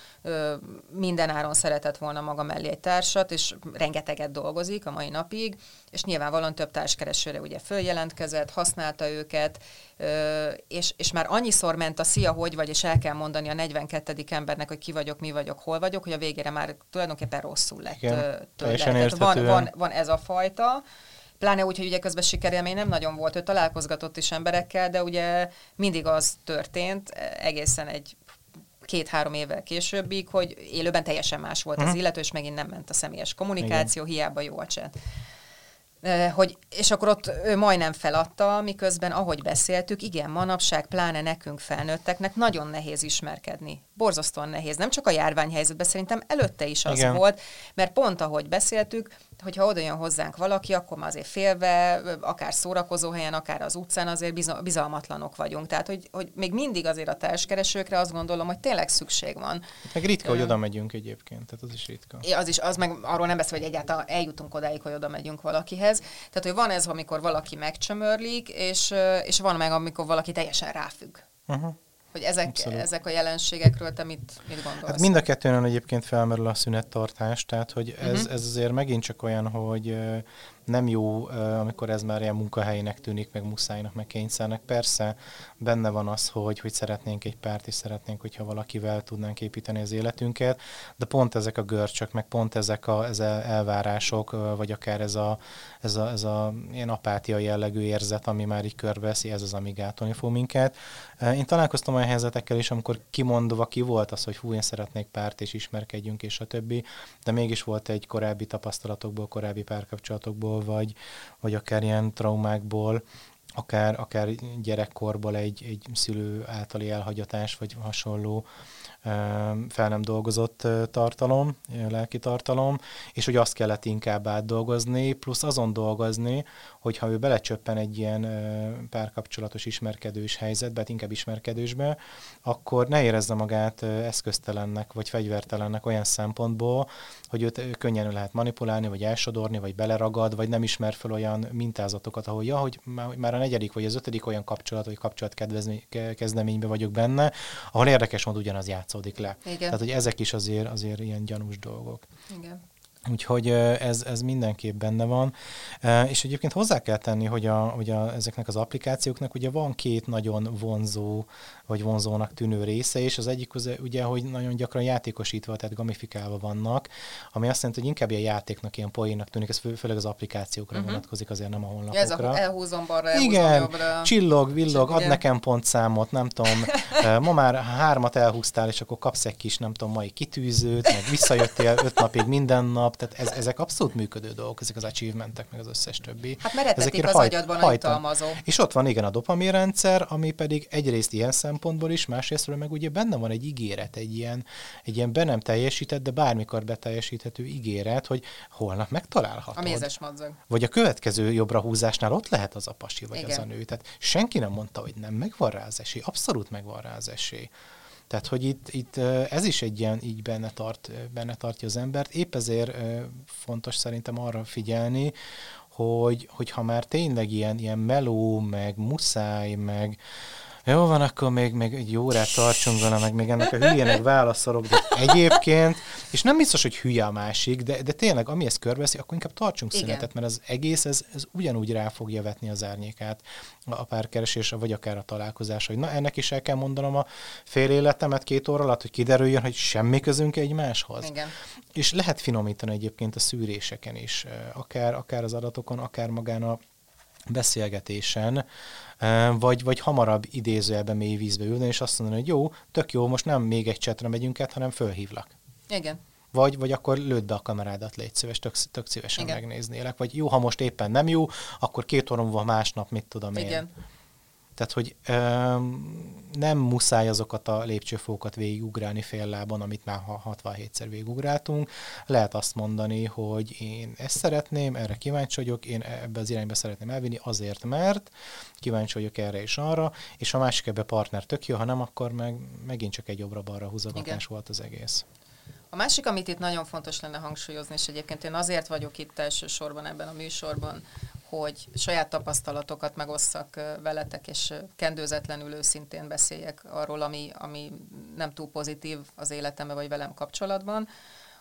minden áron szeretett volna maga mellé egy társat, és rengeteget dolgozik a mai napig, és nyilvánvalóan több társkeresőre ugye följelentkezett, használta őket, és, és már annyiszor ment a szia, hogy vagy, és el kell mondani a negyvenkettedik embernek, hogy ki vagyok, mi vagyok, hol vagyok, hogy a végére már tulajdonképpen rosszul lett tőle. Van, van, van ez a fajta, pláne úgy, hogy ugye közben sikerélmény nem nagyon volt, ő találkozgatott is emberekkel, de ugye mindig az történt, egészen egy két-három évvel későbbig, hogy élőben teljesen más volt uh-huh. az illető, és megint nem ment a személyes kommunikáció, Igen. hiába jó a chat. Hogy, és akkor ott ő majdnem feladta, miközben, ahogy beszéltük, igen, manapság, pláne nekünk felnőtteknek nagyon nehéz ismerkedni. Borzasztóan nehéz. Nem csak a járványhelyzetben, szerintem előtte is az igen. volt, mert pont ahogy beszéltük, hogyha oda jön hozzánk valaki, akkor már azért félve, akár szórakozó helyen, akár az utcán azért bizalmatlanok vagyunk. Tehát, hogy, hogy még mindig azért a társkeresőkre azt gondolom, hogy tényleg szükség van. Meg ritka, hogy oda megyünk egyébként, tehát az is ritka. Az is, az meg arról nem beszél, hogy egyáltalán eljutunk odáig, hogy oda megyünk valakihez. Tehát, hogy van ez, amikor valaki megcsömörlik, és, és van meg, amikor valaki teljesen ráfügg. Uh-huh. Hogy ezek, ezek a jelenségekről te mit, mit gondolsz? Hát mind a kettőn egyébként felmerül a szünettartás, tehát hogy ez, uh-huh. ez azért megint csak olyan, hogy nem jó, amikor ez már ilyen munkahelyének tűnik, meg muszájnak, meg kényszernek. Persze benne van az, hogy, hogy szeretnénk egy párt, és szeretnénk, hogyha valakivel tudnánk építeni az életünket, de pont ezek a görcsök, meg pont ezek a ez elvárások, vagy akár ez a, ez a, ez a ilyen apátia jellegű érzet, ami már így körbeveszi, ez az, ami gátolni fog minket. Én találkoztam olyan helyzetekkel is, amikor kimondva ki volt az, hogy hú, én szeretnék párt, és ismerkedjünk, és a többi, de mégis volt egy korábbi tapasztalatokból, korábbi párkapcsolatokból, vagy, vagy akár ilyen traumákból, akár, akár gyerekkorból egy, egy szülő általi elhagyatás, vagy hasonló fel nem dolgozott tartalom, lelki tartalom, és hogy azt kellett inkább átdolgozni, plusz azon dolgozni, hogyha ő belecsöppen egy ilyen párkapcsolatos ismerkedős helyzetbe, hát inkább ismerkedősbe, akkor ne érezze magát eszköztelennek, vagy fegyvertelennek olyan szempontból, hogy őt könnyen lehet manipulálni, vagy elsodorni, vagy beleragad, vagy nem ismer fel olyan mintázatokat, ahol ja, hogy már a negyedik vagy az ötödik olyan kapcsolat, vagy kapcsolatkezdeményben vagyok benne, ahol érdekes módon ugyanaz játszódik le. Igen. Tehát, hogy ezek is azért, azért ilyen gyanús dolgok. Igen. Úgyhogy ez, ez mindenképp benne van. És egyébként hozzá kell tenni, hogy, a, hogy a, ezeknek az applikációknak ugye van két nagyon vonzó, vagy vonzónak tűnő része, és az egyik ugye, hogy nagyon gyakran játékosítva, tehát gamifikálva vannak, ami azt jelenti, hogy inkább ilyen játéknak, ilyen poénnak tűnik, ez fő, főleg az applikációkra uh-huh. vonatkozik, azért nem a honlapokra. Ja, ez a elhúzom balra, elhúzom igen, jobbra. csillog, villog, ad igen. nekem pontszámot, nem tudom, ma már hármat elhúztál, és akkor kapsz egy kis, nem tudom, mai kitűzőt, meg visszajöttél öt napig minden nap, tehát ez, ezek abszolút működő dolgok, ezek az achievementek, meg az összes többi. Hát meretetik az hajt, agyadban a jutalmazó. És ott van igen a dopaminrendszer, ami pedig egyrészt ilyen szempontból is, másrésztről meg ugye benne van egy ígéret, egy ilyen, egy ilyen be nem teljesített, de bármikor beteljesíthető ígéret, hogy holnap megtalálhatod. A mézes madzag. Vagy a következő jobbra húzásnál ott lehet az a pasi, vagy igen. az a nő. Tehát senki nem mondta, hogy nem, megvan rá az esély, abszolút megvan rá az esély. Tehát, hogy itt, itt ez is egy ilyen, így benne, tart, benne tartja az embert. Épp ezért fontos szerintem arra figyelni, hogy, hogy ha már tényleg ilyen, ilyen meló, meg muszáj, meg jó van, akkor még, még egy órát tartsunk vele, meg még ennek a hülyének válaszolok, de egyébként, és nem biztos, hogy hülye a másik, de, de tényleg, ami ezt körbeveszi, akkor inkább tartsunk igen. szünetet, mert az egész, ez, ez ugyanúgy rá fogja vetni az árnyékát a párkeresésre, vagy akár a találkozásra, hogy na, ennek is el kell mondanom a fél életemet két óra alatt, hogy kiderüljön, hogy semmi közünk egymáshoz. Igen. És lehet finomítani egyébként a szűréseken is, akár, akár az adatokon, akár magán a beszélgetésen, vagy, vagy hamarabb idézőjelben mély vízbe ülni, és azt mondani, hogy jó, tök jó, most nem még egy csetre megyünk át, hanem fölhívlak. Igen. Vagy, vagy akkor lőd be a kamerádat, légy szíves, tök, tök szívesen igen. megnéznélek. Vagy jó, ha most éppen nem jó, akkor két óra múlva másnap, mit tudom én. Igen. Tehát, hogy um, nem muszáj azokat a lépcsőfókat végigugrálni fél lábon, amit már hatvanhétszer végigugráltunk. Lehet azt mondani, hogy én ezt szeretném, erre kíváncsi vagyok, én ebbe az irányba szeretném elvinni azért, mert kíváncsi vagyok erre és arra, és a másik ebbe partner tök jó, ha nem, akkor meg megint csak egy jobbra-balra húzogatás volt az egész. A másik, amit itt nagyon fontos lenne hangsúlyozni, és egyébként én azért vagyok itt elsősorban ebben a műsorban, hogy saját tapasztalatokat megosszak veletek, és kendőzetlenül őszintén beszéljek arról, ami, ami nem túl pozitív az életemben, vagy velem kapcsolatban,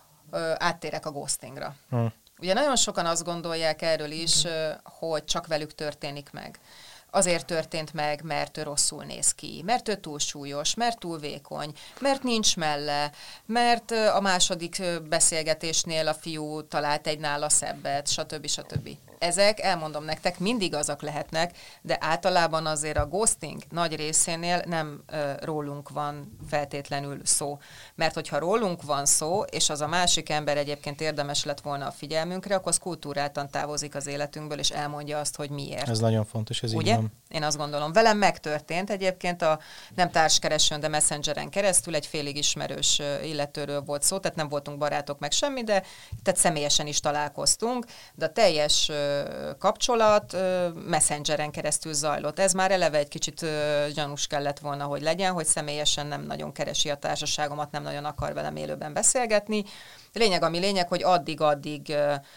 áttérek a ghostingra. Hmm. Ugye nagyon sokan azt gondolják erről is, hogy csak velük történik meg. Azért történt meg, mert ő rosszul néz ki, mert ő túlsúlyos, mert túl vékony, mert nincs melle, mert a második beszélgetésnél a fiú talált egy nála szebbet, stb. stb. Ezek, elmondom nektek, mindig azok lehetnek, de általában azért a ghosting nagy részénél nem uh, rólunk van feltétlenül szó. Mert hogyha rólunk van szó, és az a másik ember egyébként érdemes lett volna a figyelmünkre, akkor az kultúráltan távozik az életünkből, és elmondja azt, hogy miért. Ez nagyon fontos, ez ugye? Így van. Én azt gondolom. Velem megtörtént egyébként a nem társkeresőn, de Messengeren keresztül egy félig ismerős illetőről volt szó, tehát nem voltunk barátok meg semmi, de tehát személyesen is találkoztunk, de a teljes kapcsolat Messengeren keresztül zajlott. Ez már eleve egy kicsit gyanús kellett volna, hogy legyen, hogy személyesen nem nagyon keresi a társaságomat, nem nagyon akar velem élőben beszélgetni. Lényeg, ami lényeg, hogy addig-addig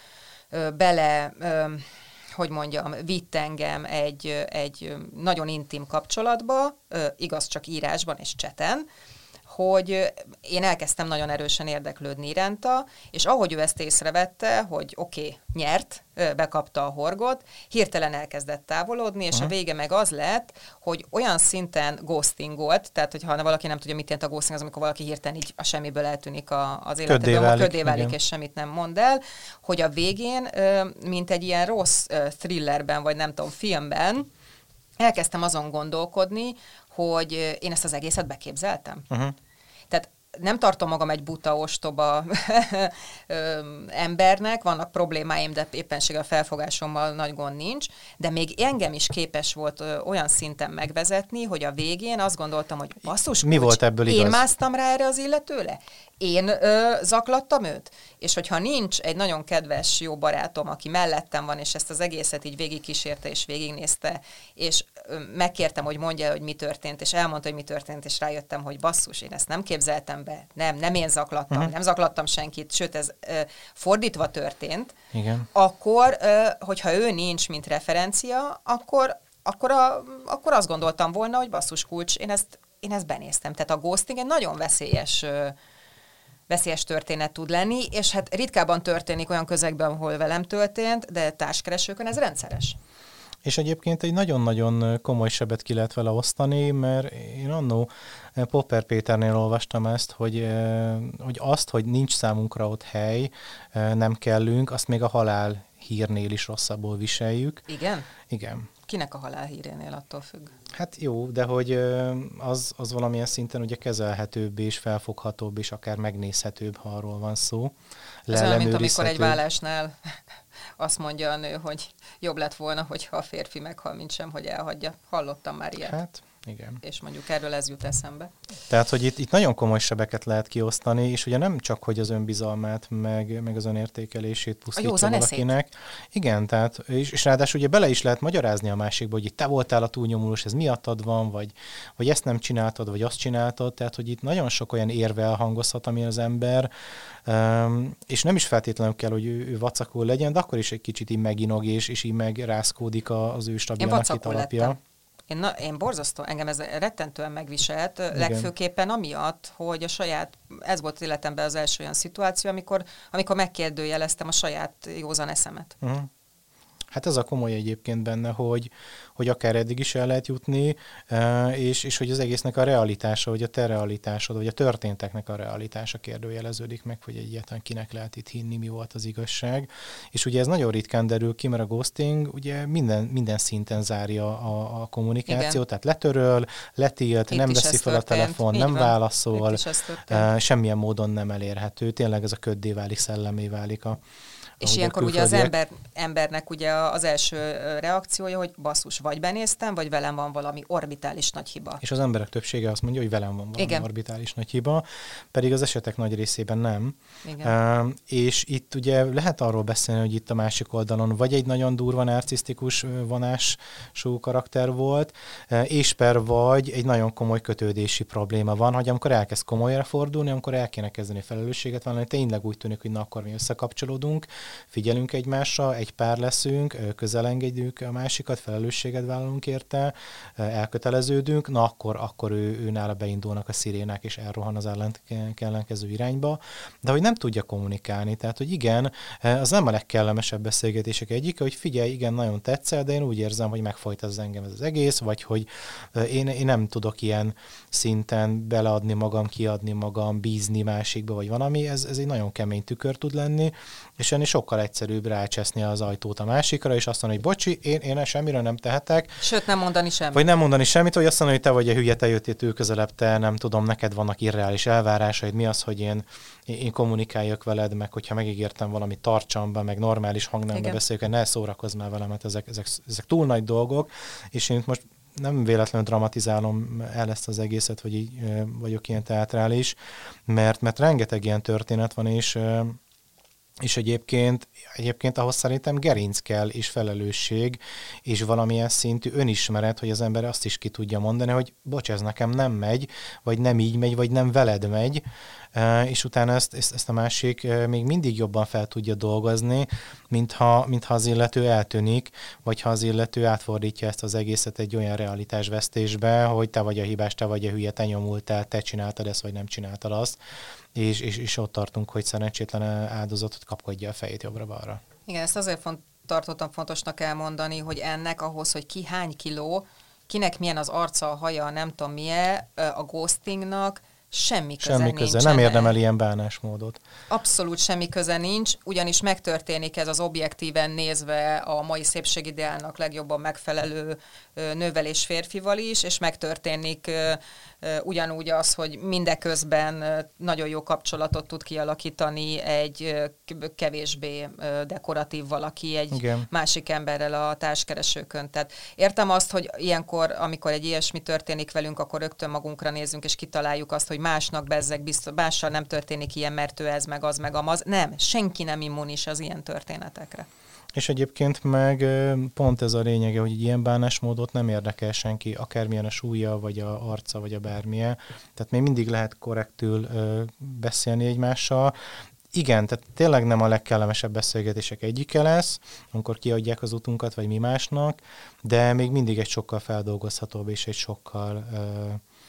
bele... hogy mondjam, vitt engem egy, egy nagyon intim kapcsolatba, igaz csak írásban és cseten, hogy én elkezdtem nagyon erősen érdeklődni iránta, és ahogy ő ezt észrevette, hogy oké, okay, nyert, bekapta a horgot, hirtelen elkezdett távolodni, és uh-huh. a vége meg az lett, hogy olyan szinten ghostingolt, tehát hogyha valaki nem tudja, mit jelent a ghosting, az amikor valaki hirtelen így a semmiből eltűnik a, az életedben, köddé, köddé válik, és semmit nem mond el, hogy a végén, mint egy ilyen rossz thrillerben, vagy nem tudom, filmben, elkezdtem azon gondolkodni, hogy én ezt az egészet beképzeltem. Uh-huh. Tehát nem tartom magam egy buta, ostoba embernek, vannak problémáim, de éppenséggel a felfogásommal nagy gond nincs, de még engem is képes volt olyan szinten megvezetni, hogy a végén azt gondoltam, hogy basszus, mi volt ebből igaz? Én másztam rá erre az illetőre? Én ö, zaklattam őt? És hogyha nincs egy nagyon kedves, jó barátom, aki mellettem van, és ezt az egészet így végigkísérte és végignézte, és ö, megkértem, hogy mondja, hogy mi történt, és elmondta, hogy mi történt, és rájöttem, hogy basszus, én ezt nem képzeltem be, nem, nem én zaklattam, uh-huh. nem zaklattam senkit, sőt, ez ö, fordítva történt, igen. Akkor, ö, hogyha ő nincs, mint referencia, akkor, akkor, a, akkor azt gondoltam volna, hogy basszus kulcs, én ezt, én ezt benéztem. Tehát a ghosting egy nagyon veszélyes ö, veszélyes történet tud lenni, és hát ritkábban történik olyan közegben, ahol velem történt, de társkeresőkön ez rendszeres. És egyébként egy nagyon-nagyon komoly sebet ki lehet vele osztani, mert én annó Popper Péternél olvastam ezt, hogy, hogy azt, hogy nincs számunkra ott hely, nem kellünk, azt még a halál hírnél is rosszabbul viseljük. Igen? Igen. Kinek a halál hírénél attól függ? Hát jó, de hogy az, az valamilyen szinten ugye kezelhetőbb és felfoghatóbb és akár megnézhetőbb, ha arról van szó. Ez olyan, mint amikor egy vállásnál azt mondja a nő, hogy jobb lett volna, hogyha a férfi meghal, mint sem, hogy elhagyja. Hallottam már ilyet. Hát, igen. És mondjuk erről ez jut eszembe. Tehát, hogy itt, itt nagyon komoly sebeket lehet kiosztani, és ugye nem csak, hogy az önbizalmát, meg, meg az önértékelését pusztítja valakinek. Eszét. Igen, tehát, és, és ráadásul ugye bele is lehet magyarázni a másikba, hogy itt te voltál a túlnyomulós, ez miattad van, vagy, vagy ezt nem csináltad, vagy azt csináltad, tehát, hogy itt nagyon sok olyan érve elhangozhat, ami az ember, um, és nem is feltétlenül kell, hogy ő, ő vacakul legyen, de akkor is egy kicsit így meginog, és, és így megrázkódik az ő stabilnak itt alapja. Lettem. Én, na, én borzasztó, engem ez rettentően megviselt, igen. Legfőképpen amiatt, hogy a saját, ez volt életemben az első olyan szituáció, amikor, amikor megkérdőjeleztem a saját józan eszemet. Uh-huh. Hát ez a komoly egyébként benne, hogy, hogy akár eddig is el lehet jutni, és, és hogy az egésznek a realitása, hogy a te realitásod, vagy a történteknek a realitása kérdőjeleződik meg, hogy egyáltalán kinek lehet itt hinni, mi volt az igazság. És ugye ez nagyon ritkán derül ki, mert a ghosting ugye minden, minden szinten zárja a, a kommunikációt, igen. Tehát letöröl, letilt, itt nem veszi fel a telefon, nem van. Válaszol, semmilyen módon nem elérhető. Tényleg ez a köddé válik, szellemé válik a És ilyenkor ugye az ember, embernek ugye az első reakciója, hogy basszus, vagy benéztem, vagy velem van valami orbitális nagy hiba. És az emberek többsége azt mondja, hogy velem van valami igen. orbitális nagy hiba, pedig az esetek nagy részében nem. Igen. Uh, és itt ugye lehet arról beszélni, hogy itt a másik oldalon vagy egy nagyon durva narcisztikus vonású karakter volt, uh, és per vagy egy nagyon komoly kötődési probléma van, hogy amikor elkezd komolyra fordulni, amikor el kéne kezdeni felelősséget vállalni, tényleg úgy tűnik, hogy na akkor mi összekapcsolódunk, figyelünk egymásra, egy pár leszünk, közelengedjük a másikat, felelősséget vállalunk érte, elköteleződünk, na akkor, akkor ő, ő nála beindulnak a szirénák, és elrohan az ellenkező irányba, de hogy nem tudja kommunikálni, tehát hogy igen, az nem a legkellemesebb beszélgetések egyike, hogy figyelj, igen, nagyon tetszel, de én úgy érzem, hogy megfojt az engem ez az egész, vagy hogy én, én nem tudok ilyen szinten beleadni magam, kiadni magam, bízni másikba, vagy valami, ez, ez egy nagyon kemény tükör tud lenni, és ennél sokkal egyszerűbb rácseszni az ajtót a másikra, és azt mondani, hogy bocsi, én, én semmiről nem tehetek. Sőt, nem mondani semmit. Vagy nem mondani semmit, vagy azt mondani, hogy te vagy a hülye, te jöttél től közelebb, te nem tudom, neked vannak irreális elvárásaid, mi az, hogy én, én kommunikáljak veled, meg hogyha megígértem valamit, tartsam be, meg normális hangnemben beszéljük, ne szórakozz már velem, mert ezek, ezek, ezek túl nagy dolgok, és én most nem véletlenül dramatizálom el ezt az egészet, hogy így vagyok ilyen teátrális, mert, mert rengeteg ilyen történet van, és És egyébként, egyébként ahhoz szerintem gerinc kell, és felelősség, és valamilyen szintű önismeret, hogy az ember azt is ki tudja mondani, hogy bocs, ez nekem nem megy, vagy nem így megy, vagy nem veled megy, és utána ezt, ezt a másik még mindig jobban fel tudja dolgozni, mintha, mintha az illető eltűnik, vagy ha az illető átfordítja ezt az egészet egy olyan realitásvesztésbe, hogy te vagy a hibás, te vagy a hülye, te nyomultál, te csináltad ezt, vagy nem csináltad azt. És, és, és ott tartunk, hogy szerencsétlen áldozatot kapkodja a fejét jobbra-balra. Igen, ezt azért font, tartottam fontosnak elmondani, hogy ennek ahhoz, hogy ki hány kiló, kinek milyen az arca, a haja, nem tudom milyen, a ghostingnak semmi köze semmi köze, nem érdemel ilyen bánásmódot. Abszolút semmi köze nincs, ugyanis megtörténik ez az objektíven nézve a mai szépségideálnak legjobban megfelelő nővel és férfival is, és megtörténik ugyanúgy az, hogy mindeközben nagyon jó kapcsolatot tud kialakítani egy kevésbé dekoratív valaki egy igen. másik emberrel a társkeresőkön. Tehát értem azt, hogy ilyenkor, amikor egy ilyesmi történik velünk, akkor rögtön magunkra nézzünk, és kitaláljuk azt, hogy másnak bezzeg, biztos, mással nem történik ilyen, mert ő ez, meg az, meg amaz. Nem, senki nem immunis az ilyen történetekre. És egyébként meg pont ez a lényege, hogy egy ilyen bánásmódot nem érdekel senki, akármilyen a súlya, vagy a arca, vagy a bármilyen. Tehát még mindig lehet korrektül ö, beszélni egymással. Igen, tehát tényleg nem a legkellemesebb beszélgetések egyike lesz, amikor kiadják az utunkat, vagy mi másnak, de még mindig egy sokkal feldolgozhatóbb és egy sokkal ö,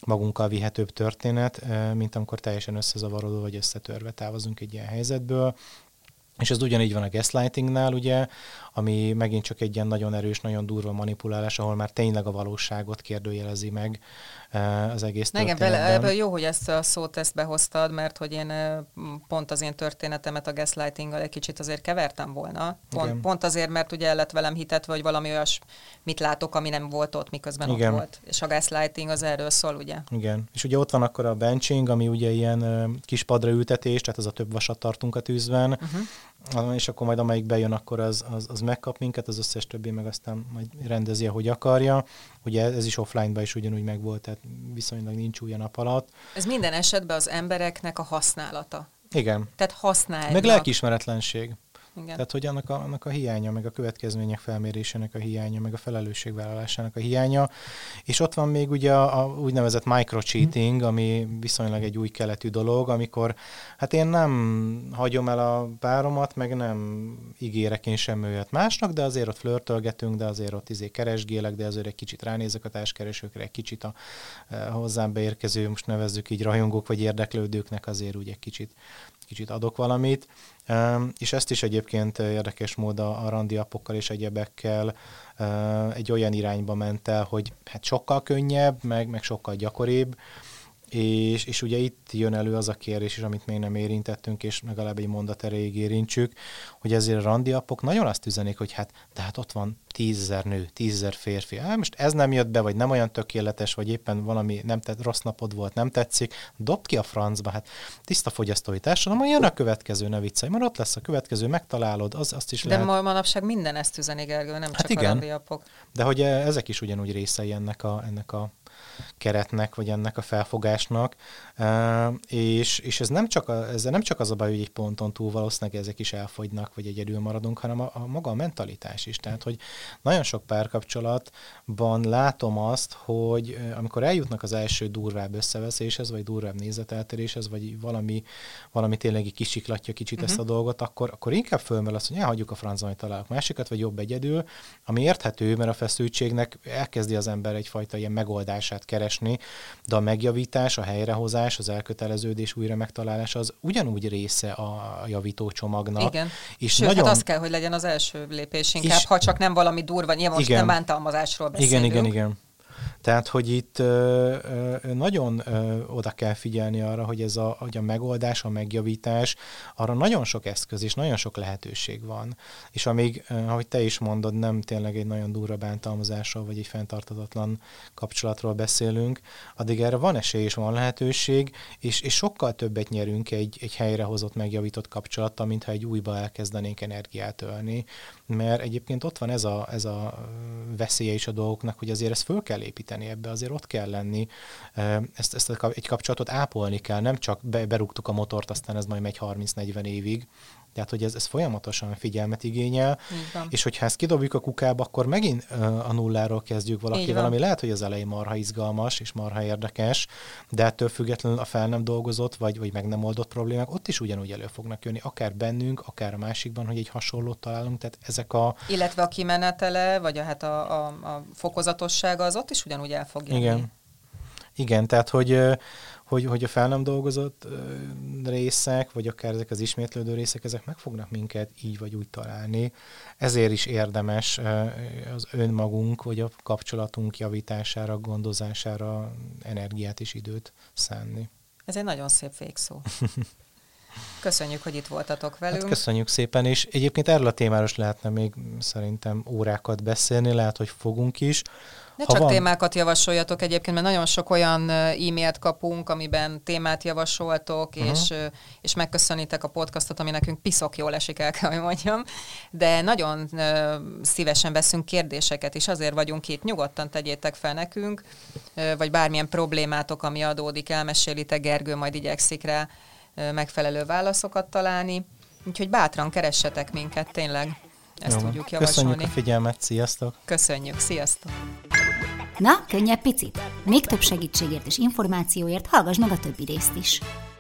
magunkkal vihetőbb történet, mint amikor teljesen összezavarodó vagy összetörve távozunk egy ilyen helyzetből. És ez ugyanígy van a gaslightingnál, ugye, ami megint csak egy ilyen nagyon erős, nagyon durva manipulálás, ahol már tényleg a valóságot kérdőjelezi meg az egész történetben. Igen, ebből jó, hogy ezt a szót ezt behoztad, mert hogy én pont az én történetemet a gaslightinggal egy kicsit azért kevertem volna. Pont, pont azért, mert ugye el lett velem hitetve, hogy valami olyas mit látok, ami nem volt ott, miközben Igen. ott volt. És a gaslighting az erről szól, ugye? Igen. És ugye ott van akkor a benching, ami ugye ilyen kis padra ültetés, tehát az a több vasat tartunk a tűzben, uh-huh. és akkor majd amelyik bejön, akkor az, az, az megkap minket, az összes többi meg aztán majd rendezi, ahogy akarja. Ugye ez is offline-ban is ugyanúgy megvolt, tehát viszonylag nincs új a nap alatt. Ez minden esetben az embereknek a használata. Igen. Tehát használják. Meg lelkiismeretlenség. Igen. Tehát, hogy annak a, annak a hiánya, meg a következmények felmérésének a hiánya, meg a felelősségvállalásának a hiánya. És ott van még ugye a, a úgynevezett microcheating, ami viszonylag egy új keletű dolog, amikor hát én nem hagyom el a páromat, meg nem ígérek én sem olyat másnak, de azért ott flörtölgetünk, de azért ott izé keresgélek, de azért egy kicsit ránézek a társkeresőkre, egy kicsit a, a hozzám beérkező, most nevezzük így rajongók vagy érdeklődőknek azért úgy egy kicsit kicsit adok valamit, és ezt is egyébként érdekes mód a, a randi appokkal és egyebekkel egy olyan irányba ment el, hogy hát sokkal könnyebb, meg, meg sokkal gyakoribb, és, és ugye itt jön elő az a kérdés is, amit még nem érintettünk, és legalább egy mondat erejéig érintsük, hogy ezért a randi appok nagyon azt üzenik, hogy hát, de hát ott van tízezer nő, tízezer férfi. Hát most ez nem jött be, vagy nem olyan tökéletes, vagy éppen valami nem tett, rossz napod volt, nem tetszik, dobd ki a francba, hát tiszta fogyasztói társadalom, jön a következő, ne viccelj, mert ott lesz a következő, megtalálod, az, azt is de lehet. De manapság minden ezt üzeni, Gergő, nem hát csak igen, a randi appok. De hogy ezek is ugyanúgy részei ennek a, ennek a keretnek, vagy ennek a felfogásnak, uh, és, és ez nem csak, a, ez nem csak az a baj, hogy egy ponton túl valószínűleg ezek is elfogynak, vagy egyedül maradunk, hanem a, a maga a mentalitás is. Tehát, hogy nagyon sok párkapcsolatban látom azt, hogy uh, amikor eljutnak az első durvább összeveszéshez, vagy durvább nézeteltéréshez, vagy valami, valami tényleg kisiklatja kicsit uh-huh. ezt a dolgot, akkor, akkor inkább fölmerül azt, hogy elhagyjuk a francba, hogy találok másikat, vagy jobb egyedül, ami érthető, mert a feszültségnek elkezdi az ember egyfajta ilyen megoldását keresni, de a megjavítás, a helyrehozás, az elköteleződés, újra megtalálása az ugyanúgy része a javító csomagnak. Igen. És Sőt, nagyon... hát az kell, hogy legyen az első lépés inkább, és... ha csak nem valami durva, nyilván most nem bántalmazásról beszélünk. Igen, igen, igen. Tehát, hogy itt ö, ö, nagyon ö, oda kell figyelni arra, hogy ez a, hogy a megoldás, a megjavítás, arra nagyon sok eszköz és nagyon sok lehetőség van. És amíg, ö, ahogy te is mondod, nem tényleg egy nagyon durva bántalmazásról, vagy egy fenntarthatatlan kapcsolatról beszélünk, addig erre van esély és van lehetőség, és, és sokkal többet nyerünk egy, egy helyrehozott, megjavított kapcsolattal, mintha egy újba elkezdenénk energiát ölni. Mert egyébként ott van ez a, ez a veszélye is a dolgoknak, hogy azért ezt föl kell építeni ebbe, azért ott kell lenni, ezt, ezt egy kapcsolatot ápolni kell, nem csak be, berúgtuk a motort, aztán ez majd megy harminc-negyven évig. Tehát, hogy ez, ez folyamatosan figyelmet igényel, és hogyha ezt kidobjuk a kukába, akkor megint uh, a nulláról kezdjük valakivel, ami lehet, hogy az elején marha izgalmas és marha érdekes, de ettől függetlenül a fel nem dolgozott, vagy, vagy meg nem oldott problémák, ott is ugyanúgy elő fognak jönni, akár bennünk, akár a másikban, hogy egy hasonlót találunk, tehát ezek a... Illetve a kimenetele, vagy a, hát a, a, a fokozatossága, az ott is ugyanúgy el fog jönni. Igen. Igen, tehát, hogy... Hogy, hogy a fel nem dolgozott részek, vagy akár ezek az ismétlődő részek, ezek meg fognak minket így vagy úgy találni. Ezért is érdemes az önmagunk, vagy a kapcsolatunk javítására, gondozására energiát és időt szánni. Ez egy nagyon szép végszó. Köszönjük, hogy itt voltatok velünk. Hát köszönjük szépen, és egyébként erről a témáról is lehetne még szerintem órákat beszélni, lehet, hogy fogunk is. Ne csak van... témákat javasoljatok egyébként, mert nagyon sok olyan e-mailt kapunk, amiben témát javasoltok, uh-huh. és, és megköszönitek a podcastot, ami nekünk piszok jól esik, el kell, hogy mondjam. De nagyon uh, szívesen veszünk kérdéseket, és azért vagyunk itt. Nyugodtan tegyétek fel nekünk, uh, vagy bármilyen problémátok, ami adódik, elmesélitek, Gergő majd igyekszik rá uh, megfelelő válaszokat találni. Úgyhogy bátran keressetek minket, tényleg. Ezt Jó. tudjuk javasolni. Köszönjük a figyelmet, sziasztok! Köszönjük, sziasztok! Na, könnyebb picit? Még több segítségért és információért hallgass meg a többi részt is.